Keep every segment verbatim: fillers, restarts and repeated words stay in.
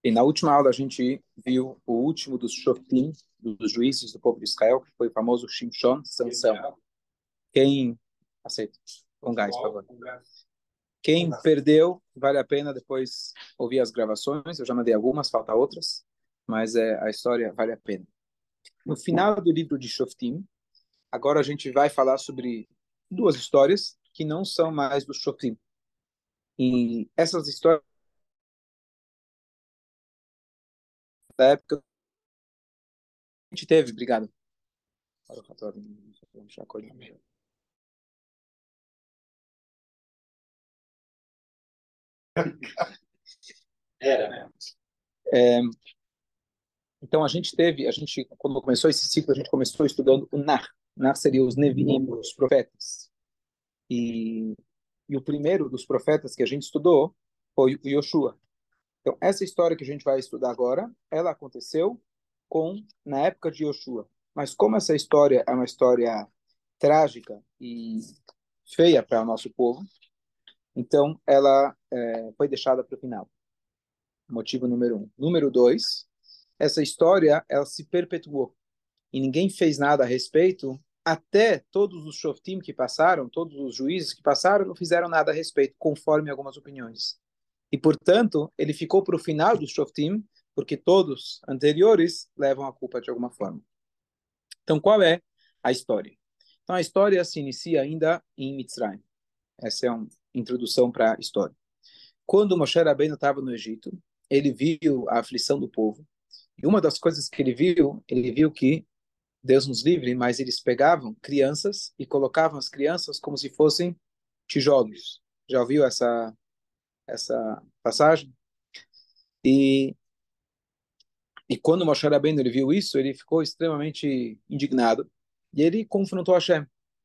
E na última aula a gente viu o último dos Shoftim, dos juízes do povo de Israel, que foi o famoso Shimshon, Sansão. Quem aceita? Com gás, por favor. Quem perdeu, vale a pena depois ouvir as gravações. Eu já mandei algumas, falta outras, mas é, a história vale a pena. No final do livro de Shoftim, agora a gente vai falar sobre duas histórias que não são mais do Shoftim. E essas histórias da época a gente teve, obrigado. Era, né? É, então a gente teve, a gente quando começou esse ciclo, a gente começou estudando o Nar. Nar seria os Neviim, os profetas. E, e o primeiro dos profetas que a gente estudou foi o Yoshua. Então essa história que a gente vai estudar agora, ela aconteceu com na época de Yoshua. Mas como essa história é uma história trágica e feia para o nosso povo, então ela é, foi deixada para o final. Motivo número um. Número dois, essa história ela se perpetuou e ninguém fez nada a respeito, até todos os shoftim que passaram, todos os juízes que passaram, não fizeram nada a respeito, conforme algumas opiniões. E, portanto, ele ficou para o final dos shoftim, porque todos anteriores levam a culpa de alguma forma. Então, qual é a história? Então, a história se inicia ainda em Mitzrayim. Essa é uma introdução para a história. Quando Moshe Rabbeinu estava no Egito, ele viu a aflição do povo. E uma das coisas que ele viu, ele viu que, Deus nos livre, mas eles pegavam crianças e colocavam as crianças como se fossem tijolos. Já ouviu essa, essa passagem? E, e quando Moshe Rabbeinu ele viu isso, ele ficou extremamente indignado. E ele confrontou Hashem.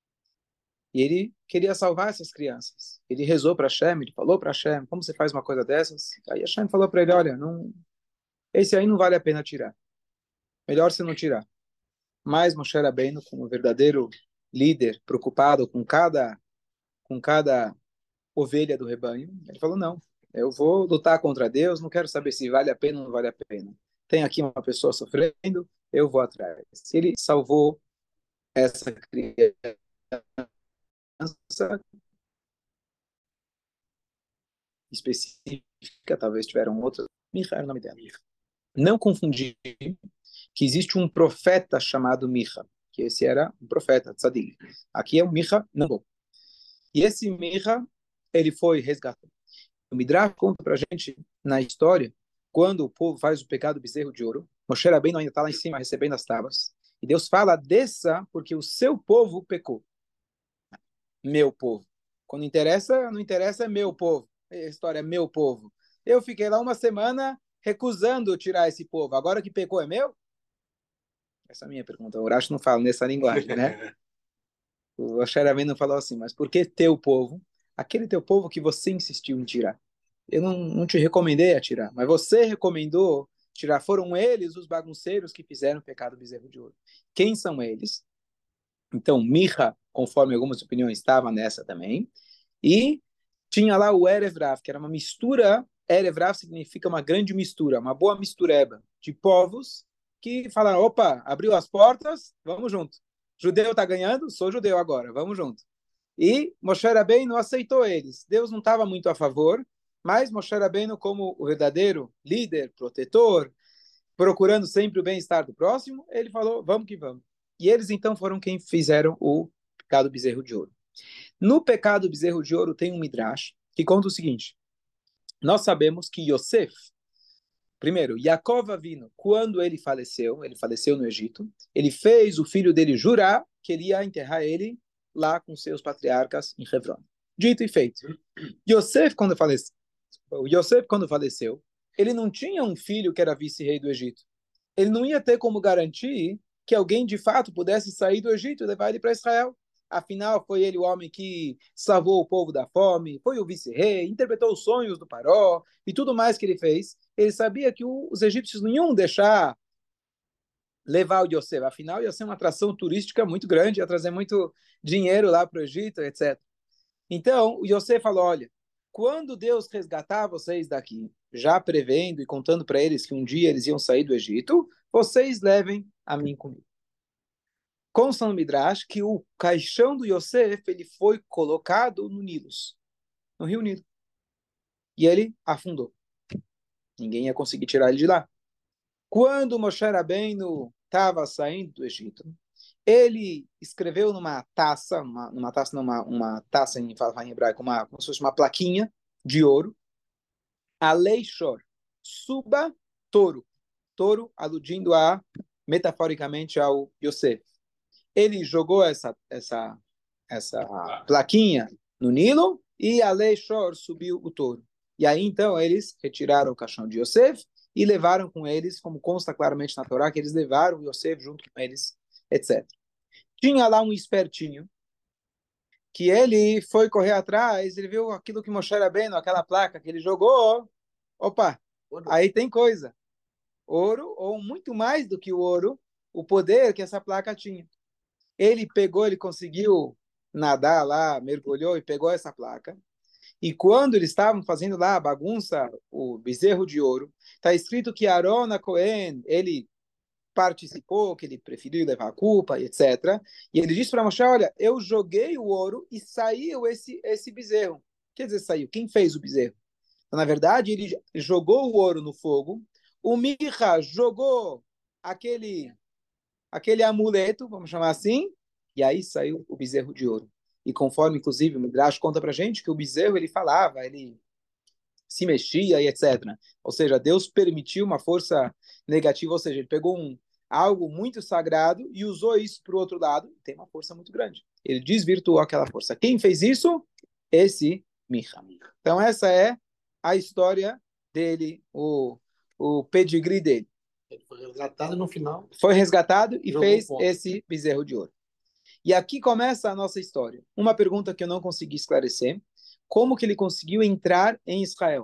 E ele queria salvar essas crianças. Ele rezou para Hashem, ele falou para Hashem, como você faz uma coisa dessas? Aí Hashem falou para ele, olha, não, esse aí não vale a pena tirar. Melhor você não tirar. Mas Moshe Rabbeinu, como verdadeiro líder, preocupado com cada, com cada ovelha do rebanho, ele falou, não, eu vou lutar contra Deus, não quero saber se vale a pena ou não vale a pena. Tem aqui uma pessoa sofrendo, eu vou atrás. Ele salvou essa criança específica, talvez tiveram outras. Micha era o nome dela. Não confundir que existe um profeta chamado Micha, que esse era um profeta, Tzadik. Aqui é o Micha, não. E esse Micha, ele foi resgatado. O Midrash conta pra gente, na história, quando o povo faz o pecado do bezerro de ouro, Moshe Rabbeinu ainda está lá em cima recebendo as tábuas, e Deus fala, desça, porque o seu povo pecou. Meu povo. Quando interessa, não interessa, é meu povo. A história é meu povo. Eu fiquei lá uma semana recusando tirar esse povo. Agora que pecou é meu? Essa é a minha pergunta. O Urash não fala nessa linguagem, né? O Xeraven não falou assim, mas por que teu povo? Aquele teu povo que você insistiu em tirar. Eu não, não te recomendei a tirar, mas você recomendou tirar. Foram eles os bagunceiros que fizeram o pecado do bezerro de ouro. Quem são eles? Então, Micha, conforme algumas opiniões, estava nessa também. E tinha lá o Erev Rav, que era uma mistura. Erev Rav significa uma grande mistura, uma boa mistureba de povos que falaram, opa, abriu as portas, vamos junto. Judeu está ganhando, sou judeu agora, vamos junto. E Moshe Rabbeinu aceitou eles. Deus não estava muito a favor, mas Moshe Rabbeinu, como o verdadeiro líder, protetor, procurando sempre o bem-estar do próximo, ele falou, vamos que vamos. E eles então foram quem fizeram o pecado bezerro de ouro. No pecado bezerro de ouro tem um midrash que conta o seguinte, nós sabemos que Yosef, primeiro, Yaakov Avinu, quando ele faleceu, ele faleceu no Egito, ele fez o filho dele jurar que ele ia enterrar ele lá com seus patriarcas em Hebron. Dito e feito. Yosef, quando faleceu, Yosef, quando faleceu, ele não tinha um filho que era vice-rei do Egito. Ele não ia ter como garantir que alguém de fato pudesse sair do Egito e levar ele para Israel. Afinal, foi ele o homem que salvou o povo da fome, foi o vice-rei, interpretou os sonhos do Paró e tudo mais que ele fez. Ele sabia que o, os egípcios não iam deixar levar o Yosef. Afinal, ia ser uma atração turística muito grande, ia trazer muito dinheiro lá para o Egito, etcétera. Então, o Yosef falou, olha, quando Deus resgatar vocês daqui, já prevendo e contando para eles que um dia eles iam sair do Egito, vocês levem a mim comigo. Consta no Midrash que o caixão do Yosef ele foi colocado no Nilo, no Rio Nilo. E ele afundou. Ninguém ia conseguir tirar ele de lá. Quando Moshe Rabbeinu estava saindo do Egito, ele escreveu numa taça, uma, numa taça, numa uma taça em, fala em hebraico, uma, como se fosse uma plaquinha de ouro, Alei Shor, suba touro. Touro aludindo a, metaforicamente, ao Yosef. Ele jogou essa, essa, essa plaquinha no Nilo e Alei Shor subiu o touro. E aí, então, eles retiraram o caixão de Yosef e levaram com eles, como consta claramente na Torá, que eles levaram Yosef junto com eles, etcétera. Tinha lá um espertinho, que ele foi correr atrás, ele viu aquilo que Moshe Rabbeinu, aquela placa que ele jogou, opa, aí tem coisa. Ouro, ou muito mais do que o ouro, o poder que essa placa tinha. Ele pegou, ele conseguiu nadar lá, mergulhou e pegou essa placa. E quando eles estavam fazendo lá a bagunça, o bezerro de ouro, está escrito que Aaron Cohen, ele participou, que ele preferiu levar a culpa, etcétera. E ele disse para Moshe, olha, eu joguei o ouro e saiu esse, esse bezerro. Quer dizer, saiu. Quem fez o bezerro? Então, na verdade, ele jogou o ouro no fogo, o Micha jogou aquele, aquele amuleto, vamos chamar assim, e aí saiu o bezerro de ouro. E conforme, inclusive, o Midrash conta para gente que o bezerro, ele falava, ele se mexia e etcétera. Ou seja, Deus permitiu uma força negativa, ou seja, ele pegou um, algo muito sagrado e usou isso para o outro lado, tem uma força muito grande. Ele desvirtuou aquela força. Quem fez isso? Esse Micha. Então essa é a história dele, o, o pedigree dele. Ele foi resgatado no final. Foi resgatado e fez esse bezerro de ouro. E aqui começa a nossa história. Uma pergunta que eu não consegui esclarecer. Como que ele conseguiu entrar em Israel?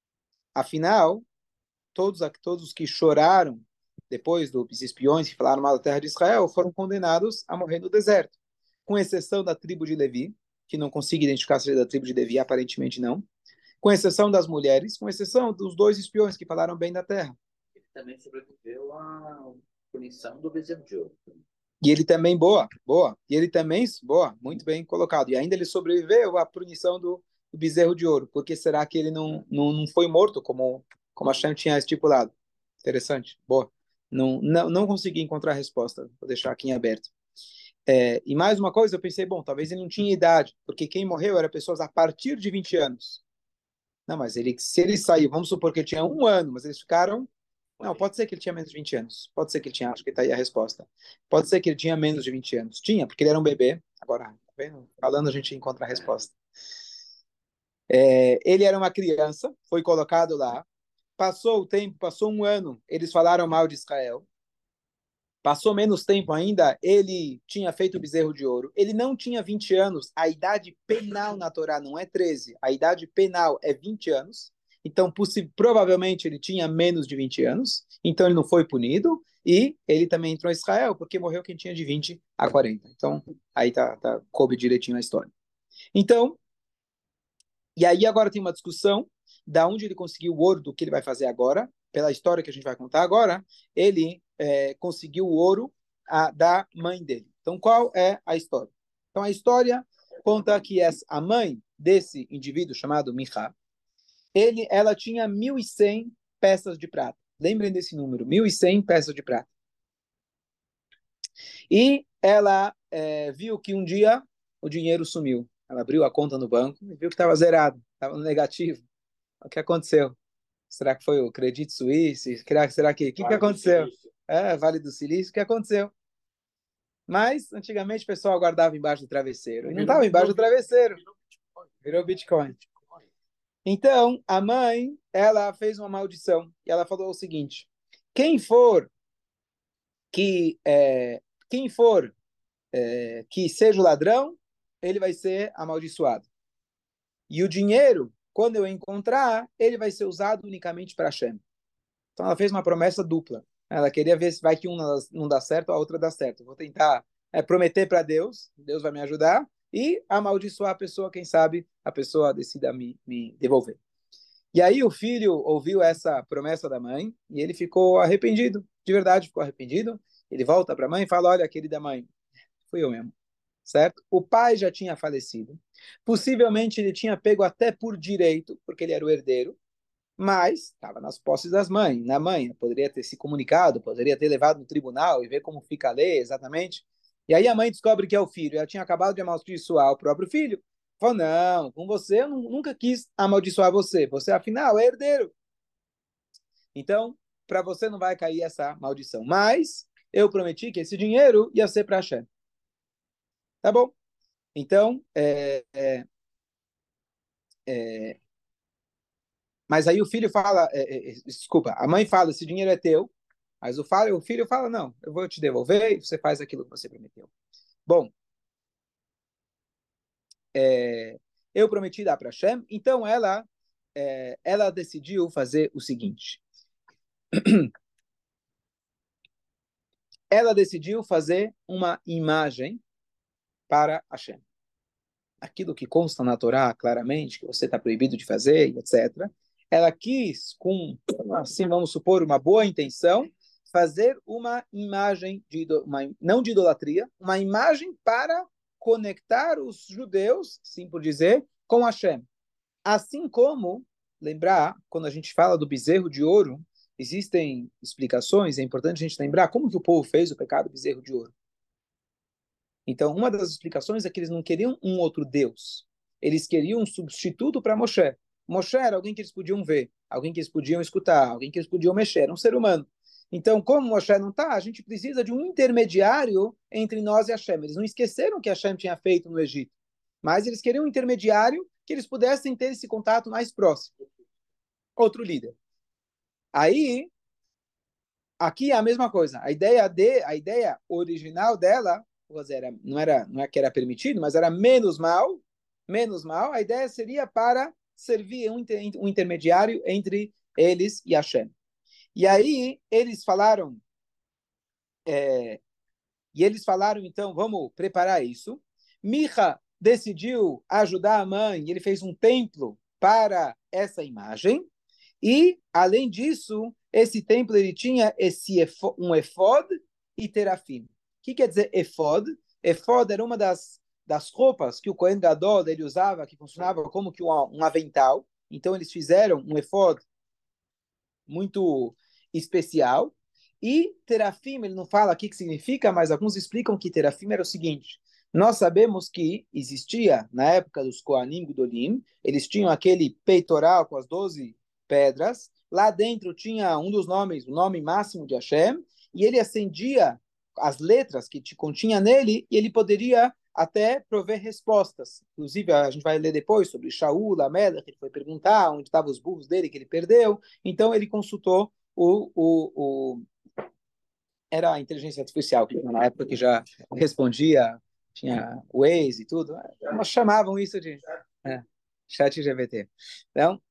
Afinal, todos, todos os que choraram depois dos espiões que falaram mal da terra de Israel foram condenados a morrer no deserto, com exceção da tribo de Levi, que não consigo identificar se é da tribo de Levi, aparentemente não, com exceção das mulheres, com exceção dos dois espiões que falaram bem da terra. Ele também sobreviveu à punição do bezerro de ouro. E ele também, boa, boa. E ele também, boa, muito bem colocado. E ainda ele sobreviveu à punição do, do bezerro de ouro. Por que será que ele não, não, não foi morto como, como a Hashem tinha estipulado? Interessante, boa. Não, não, não consegui encontrar a resposta. Vou deixar aqui em aberto. É, e mais uma coisa, eu pensei, bom, talvez ele não tinha idade, porque quem morreu eram pessoas a partir de vinte anos. Não, mas ele, se ele saiu, vamos supor que ele tinha um ano, mas eles ficaram... Não, pode ser que ele tinha menos de vinte anos. Pode ser que ele tinha, acho que está aí a resposta. Pode ser que ele tinha menos de vinte anos. Tinha, porque ele era um bebê. Agora, tá vendo? Falando, a gente encontra a resposta. É, ele era uma criança, foi colocado lá. Passou o tempo, passou um ano, eles falaram mal de Israel. Passou menos tempo ainda, ele tinha feito o bezerro de ouro. Ele não tinha vinte anos. A idade penal na Torá não é treze. A idade penal é vinte anos. Então, provavelmente, ele tinha menos de vinte anos. Então, ele não foi punido. E ele também entrou em Israel, porque morreu quem tinha de vinte a quarenta. Então, aí tá, tá, coube direitinho a história. Então, e aí agora tem uma discussão da onde ele conseguiu o ouro do que ele vai fazer agora. Pela história que a gente vai contar agora, ele é, conseguiu o ouro a, da mãe dele. Então, qual é a história? Então, a história conta que a mãe desse indivíduo chamado Micha, ele, ela tinha mil e cem peças de prata. Lembrem desse número, mil e cem peças de prata. E ela é, viu que um dia o dinheiro sumiu. Ela abriu a conta no banco e viu que estava zerado, estava no negativo. O que aconteceu? Será que foi o Credit Suisse? Será, será que... O que, que aconteceu? É, Vale do Silício, o que aconteceu? Mas, antigamente, o pessoal guardava embaixo do travesseiro. E não estava embaixo do travesseiro. Virou Bitcoin. Então, a mãe, ela fez uma maldição. E ela falou o seguinte, quem for que, é, quem for é, que seja o ladrão, ele vai ser amaldiçoado. E o dinheiro, quando eu encontrar, ele vai ser usado unicamente para Hashem. Então, ela fez uma promessa dupla. Ela queria ver se vai que uma não dá certo, a outra dá certo. Vou tentar é, prometer para Deus, Deus vai me ajudar, e amaldiçoar a pessoa, quem sabe a pessoa decida me, me devolver. E aí o filho ouviu essa promessa da mãe e ele ficou arrependido, de verdade ficou arrependido. Ele volta para a mãe e fala, olha, querida mãe, fui eu mesmo, certo? O pai já tinha falecido. Possivelmente ele tinha pego até por direito, porque ele era o herdeiro, mas estava nas posses das mães, na mãe, poderia ter se comunicado, poderia ter levado no tribunal e ver como fica a lei exatamente. E aí a mãe descobre que é o filho, ela tinha acabado de amaldiçoar o próprio filho. Falou, não, com você eu nunca quis amaldiçoar você, você afinal é herdeiro. Então, para você não vai cair essa maldição. Mas eu prometi que esse dinheiro ia ser para Hashem. Tá bom? Então, é, é, é, mas aí o filho fala, é, é, desculpa, a mãe fala, esse dinheiro é teu, mas o, fala, o filho fala, não, eu vou te devolver e você faz aquilo que você prometeu. Bom, é, eu prometi dar para Hashem, então ela, é, ela decidiu fazer o seguinte, ela decidiu fazer uma imagem para Hashem. Aquilo que consta na Torá, claramente, que você está proibido de fazer, etcétera. Ela quis, com, assim, vamos supor, uma boa intenção, fazer uma imagem, de, uma, não de idolatria, uma imagem para conectar os judeus, sim por dizer, com Hashem. Assim como, lembrar, quando a gente fala do bezerro de ouro, existem explicações, é importante a gente lembrar como que o povo fez o pecado do bezerro de ouro. Então, uma das explicações é que eles não queriam um outro Deus. Eles queriam um substituto para Moshe. Moshe era alguém que eles podiam ver, alguém que eles podiam escutar, alguém que eles podiam mexer, era um ser humano. Então, como Moshe não está, a gente precisa de um intermediário entre nós e Hashem. Eles não esqueceram que Hashem tinha feito no Egito, mas eles queriam um intermediário que eles pudessem ter esse contato mais próximo. Outro líder. Aí, aqui é a mesma coisa. A ideia de, a ideia original dela, era, não era, não é que era permitido, mas era menos mal, menos mal. A ideia seria para servir um, um intermediário entre eles e Hashem. E aí eles falaram, é, e eles falaram então, vamos preparar isso. Micha decidiu ajudar a mãe. Ele fez um templo para essa imagem. E, além disso, esse templo ele tinha esse um efod e terafim. O que quer dizer efod? Efod era uma das, das roupas que o Kohen Gadol ele usava, que funcionava como que um, um avental. Então, eles fizeram um efod muito especial. E terafim, ele não fala aqui o que significa, mas alguns explicam que terafim era o seguinte. Nós sabemos que existia, na época dos Kohanim Gudolim, eles tinham aquele peitoral com as doze pedras. Lá dentro tinha um dos nomes, o nome máximo de Hashem, e ele acendia as letras que te continha nele, e ele poderia até prover respostas. Inclusive, a gente vai ler depois sobre Shaul, Lamelech, ele foi perguntar onde estavam os burros dele que ele perdeu. Então, ele consultou o, o, o... Era a inteligência artificial, que na época que já respondia, tinha Waze e tudo. Mas chamavam isso de é, chat G P T. Então,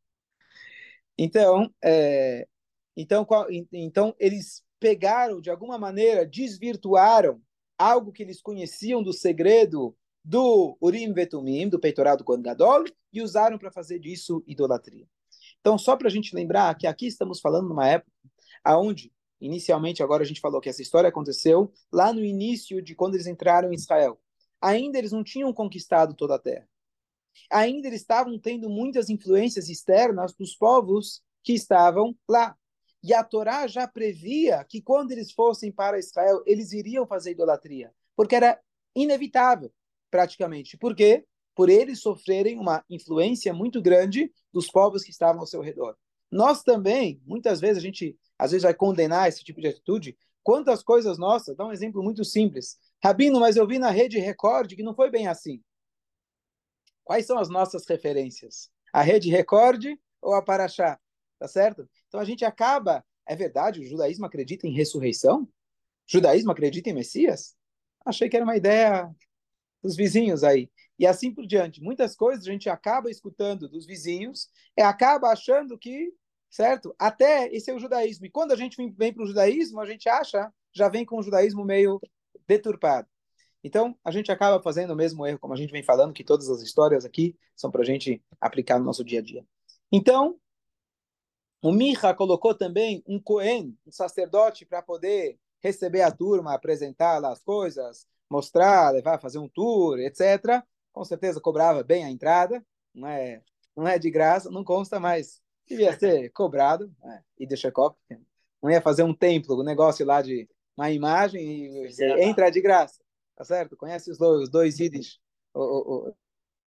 então, é, então, qual, então, eles pegaram, de alguma maneira, desvirtuaram algo que eles conheciam do segredo do Urim Vetumim, do peitoral do Kohen Gadol, e usaram para fazer disso idolatria. Então, só para a gente lembrar que aqui estamos falando numa época onde, inicialmente, agora a gente falou que essa história aconteceu lá no início de quando eles entraram em Israel. Ainda eles não tinham conquistado toda a terra. Ainda eles estavam tendo muitas influências externas dos povos que estavam lá. E a Torá já previa que quando eles fossem para Israel, eles iriam fazer idolatria, porque era inevitável, praticamente. Por quê? Por eles sofrerem uma influência muito grande dos povos que estavam ao seu redor. Nós também, muitas vezes, a gente às vezes vai condenar esse tipo de atitude. Quantas coisas nossas, dá um exemplo muito simples. Rabino, mas eu vi na Rede Record que não foi bem assim. Quais são as nossas referências? A Rede Record ou a Paraxá? Tá certo? Então a gente acaba, é verdade, o judaísmo acredita em ressurreição? O judaísmo acredita em Messias? Achei que era uma ideia dos vizinhos aí. E assim por diante. Muitas coisas a gente acaba escutando dos vizinhos e acaba achando que, certo? Até esse é o judaísmo. E quando a gente vem para o judaísmo, a gente acha, já vem com o judaísmo meio deturpado. Então, a gente acaba fazendo o mesmo erro, como a gente vem falando, que todas as histórias aqui são para a gente aplicar no nosso dia a dia. Então, o Micha colocou também um Cohen, um sacerdote, para poder receber a turma, apresentar lá as coisas, mostrar, levar, fazer um tour, etcétera. Com certeza cobrava bem a entrada, não é, não é de graça, não consta, mas devia ser cobrado, né? E de Shekov, não ia fazer um templo, um negócio lá de uma imagem e você entra de graça, tá certo? Conhece os dois, os dois Yiddish, o, o, o,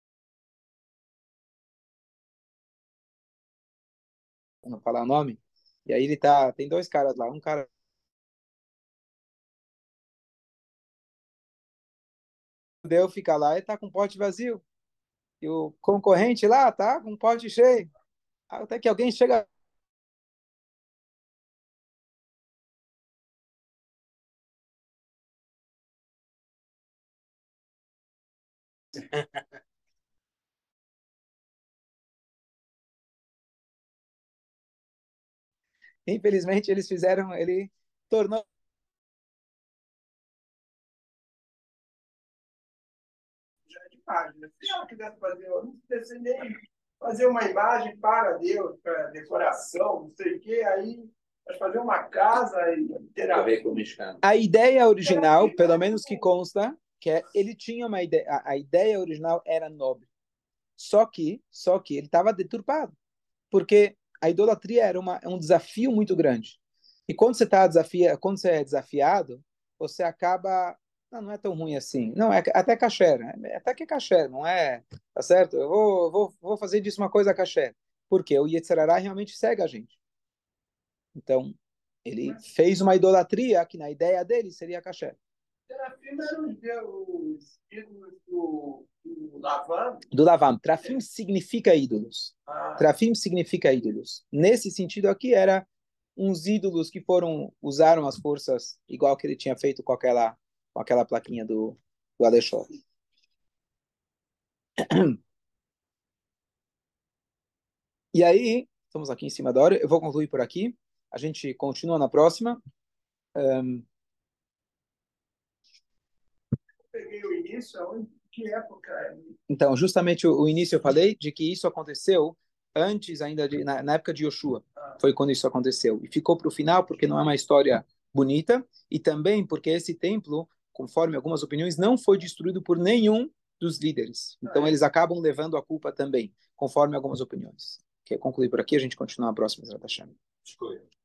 não falar o nome, e aí ele tá, tem dois caras lá, um cara judeu fica lá e tá com o pote vazio, e o concorrente lá tá com o pote cheio, até que alguém chega. Infelizmente eles fizeram, ele tornou de página. Se ela quisesse fazer, eu não pensei nem fazer uma imagem para Deus, para decoração, não sei o quê, aí mas fazer uma casa e ter a ver com o mexicano. A ideia original, pelo menos que consta, que é, ele tinha uma ideia, a, a ideia original era nobre. Só que, só que ele estava deturpado, porque a idolatria era uma, é um desafio muito grande. E quando você tá desafia, quando você é desafiado, você acaba, não, não é tão ruim assim. Não, é até kasher, é, até que é kasher, não é, tá certo? Eu vou, vou, vou fazer disso uma coisa kasher. Porque o Yetzer Hara realmente cega a gente. Então, ele fez uma idolatria que na ideia dele seria kasher. Terafim eram os ídolos do, do Lavan. Do Lavam. Trafim significa ídolos. Ah. Trafim significa ídolos. Nesse sentido aqui, era uns ídolos que foram, usaram as forças, igual que ele tinha feito com aquela, com aquela plaquinha do, do Alexó. E aí, estamos aqui em cima da hora, eu vou concluir por aqui. A gente continua na próxima. Um, Peguei o início, aonde, que época é? Então, justamente o, o início eu falei de que isso aconteceu antes ainda, de, na, na época de Yoshua. Foi quando isso aconteceu. E ficou para o final porque não é uma história bonita e também porque esse templo, conforme algumas opiniões, não foi destruído por nenhum dos líderes. Então, eles acabam levando a culpa também, conforme algumas opiniões. Quer concluir por aqui? A gente continua na próxima, Zrat Hashem. Escolha.